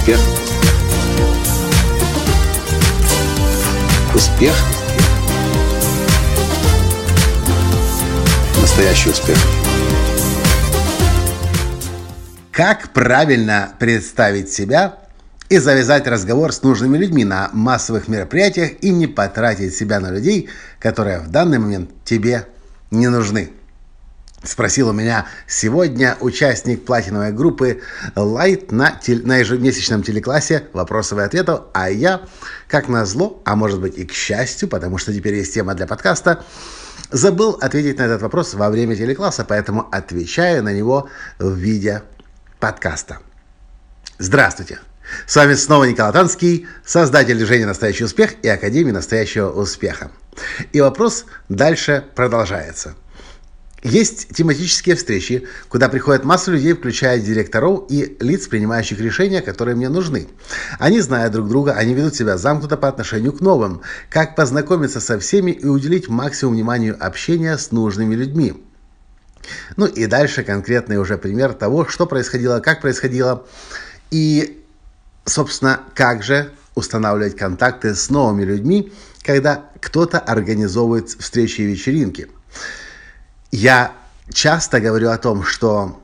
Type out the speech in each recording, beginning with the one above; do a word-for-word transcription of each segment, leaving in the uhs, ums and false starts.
Успех. Успех. Настоящий успех. Как правильно представить себя и завязать разговор с нужными людьми на массовых мероприятиях и не потратить себя на людей, которые в данный момент тебе не нужны? Спросил у меня сегодня участник платиновой группы Light на, теле, на ежемесячном телеклассе «Вопросов и ответов», а я, как назло, а может быть и к счастью, потому что теперь есть тема для подкаста, забыл ответить на этот вопрос во время телекласса, поэтому отвечаю на него в виде подкаста. Здравствуйте! С вами снова Николай Танский, создатель движения «Настоящий успех» и Академии настоящего успеха. И вопрос дальше продолжается. Есть тематические встречи, куда приходят масса людей, включая директоров и лиц, принимающих решения, которые мне нужны. Они знают друг друга, они ведут себя замкнуто по отношению к новым. Как познакомиться со всеми и уделить максимум внимания общения с нужными людьми. Ну и дальше конкретный уже пример того, что происходило, как происходило и, собственно, как же устанавливать контакты с новыми людьми, когда кто-то организовывает встречи и вечеринки. Я часто говорю о том, что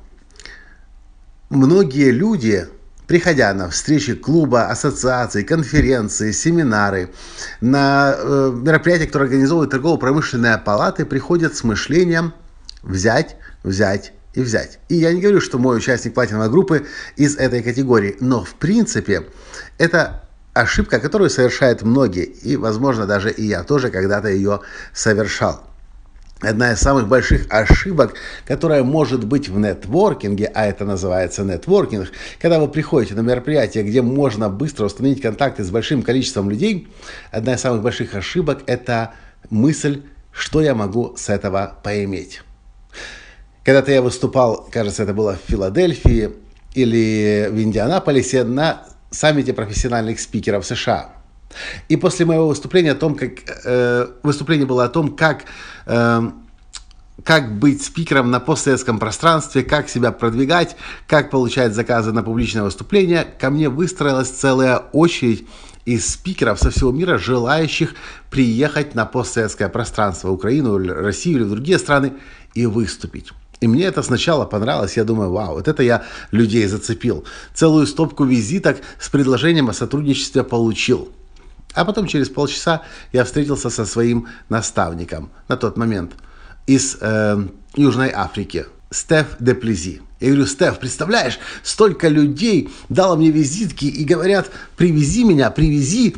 многие люди, приходя на встречи клуба, ассоциаций, конференции, семинары, на э, мероприятия, которые организовывают торгово-промышленные палаты, приходят с мышлением взять, взять и взять. И я не говорю, что мой участник платиновой группы из этой категории, но в принципе это ошибка, которую совершают многие, и, возможно, даже и я тоже когда-то ее совершал. Одна из самых больших ошибок, которая может быть в нетворкинге, а это называется нетворкинг, когда вы приходите на мероприятие, где можно быстро установить контакты с большим количеством людей, одна из самых больших ошибок – это мысль, что я могу с этого поиметь. Когда-то я выступал, кажется, это было в Филадельфии или в Индианаполисе на саммите профессиональных спикеров США. И после моего выступления о том, как э, выступление было о том, как, э, как быть спикером на постсоветском пространстве, как себя продвигать, как получать заказы на публичное выступление, ко мне выстроилась целая очередь из спикеров со всего мира, желающих приехать на постсоветское пространство, Украину, Россию или в другие страны и выступить. И мне это сначала понравилось, я думаю, вау, вот это я людей зацепил. Целую стопку визиток с предложением о сотрудничестве получил. А потом через полчаса я встретился со своим наставником на тот момент из э, Южной Африки, Стеф де Плези. Я говорю, Стеф, представляешь, столько людей дало мне визитки и говорят, привези меня, привези.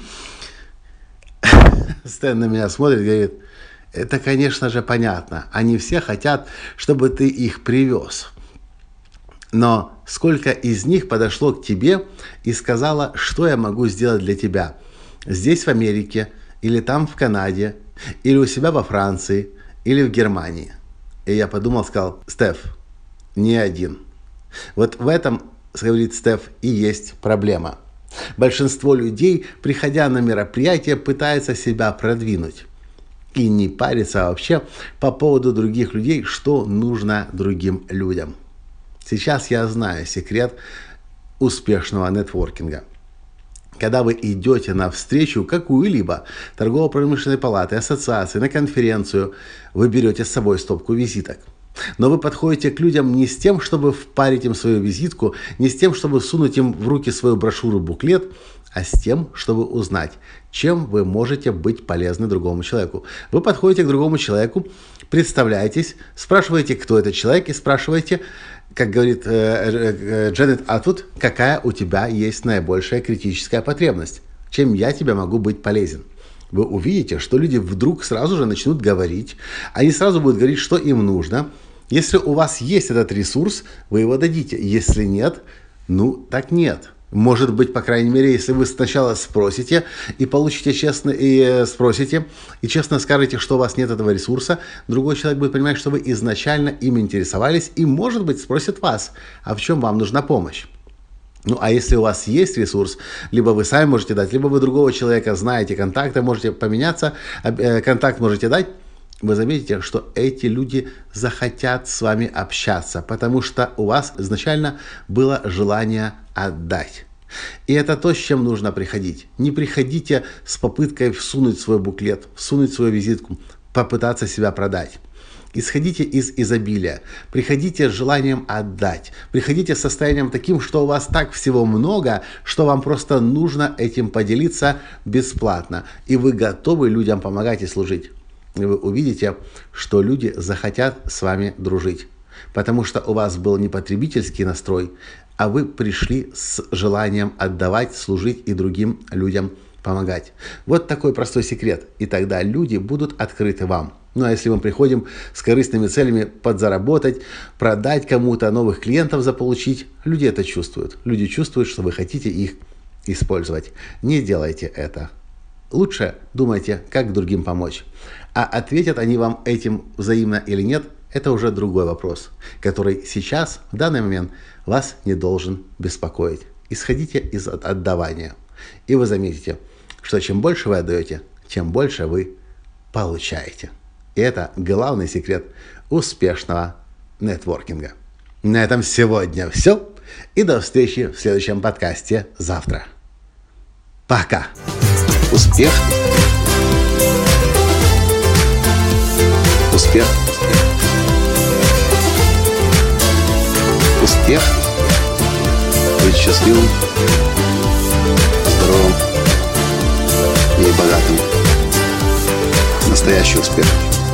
Стеф на меня смотрит и говорит, это, конечно же, понятно. Они все хотят, чтобы ты их привез. Но сколько из них подошло к тебе и сказало, что я могу сделать для тебя? Здесь, в Америке, или там, в Канаде, или у себя во Франции, или в Германии. И я подумал, сказал, Стеф, не один. Вот в этом, говорит Стеф, и есть проблема. Большинство людей, приходя на мероприятие, пытаются себя продвинуть. И не париться вообще по поводу других людей, что нужно другим людям. Сейчас я знаю секрет успешного нетворкинга. Когда вы идете на встречу какую-либо торгово-промышленной палаты, ассоциации, на конференцию, вы берете с собой стопку визиток. Но вы подходите к людям не с тем, чтобы впарить им свою визитку, не с тем, чтобы сунуть им в руки свою брошюру-буклет, а с тем, чтобы узнать, чем вы можете быть полезны другому человеку. Вы подходите к другому человеку, представляетесь, спрашиваете, кто этот человек, и спрашиваете, как говорит э, э, Дженнет Атвуд, какая у тебя есть наибольшая критическая потребность, чем я тебе могу быть полезен. Вы увидите, что люди вдруг сразу же начнут говорить, они сразу будут говорить, что им нужно. Если у вас есть этот ресурс, вы его дадите. Если нет, ну так нет. Может быть, по крайней мере, если вы сначала спросите и получите честно, и спросите, и честно скажете, что у вас нет этого ресурса, другой человек будет понимать, что вы изначально им интересовались и, может быть, спросит вас, а в чем вам нужна помощь. Ну, а если у вас есть ресурс, либо вы сами можете дать, либо вы другого человека знаете, контакты можете поменяться, контакт можете дать, вы заметите, что эти люди захотят с вами общаться, потому что у вас изначально было желание отдать. И это то, с чем нужно приходить. Не приходите с попыткой всунуть свой буклет, всунуть свою визитку, попытаться себя продать. Исходите из изобилия, приходите с желанием отдать, приходите с состоянием таким, что у вас так всего много, что вам просто нужно этим поделиться бесплатно, и вы готовы людям помогать и служить. И вы увидите, что люди захотят с вами дружить, потому что у вас был не потребительский настрой, а вы пришли с желанием отдавать, служить и другим людям помогать. Вот такой простой секрет, и тогда люди будут открыты вам. Ну а если мы приходим с корыстными целями подзаработать, продать кому-то, новых клиентов заполучить, люди это чувствуют. Люди чувствуют, что вы хотите их использовать. Не делайте это. Лучше думайте, как другим помочь. А ответят они вам этим взаимно или нет, это уже другой вопрос, который сейчас, в данный момент, вас не должен беспокоить. Исходите из отдавания. И вы заметите, что чем больше вы отдаете, тем больше вы получаете. И это главный секрет успешного нетворкинга. На этом сегодня все. И до встречи в следующем подкасте завтра. Пока. Успех. Успех. Успех. Быть счастливым, здоровым и богатым. Настоящий успех.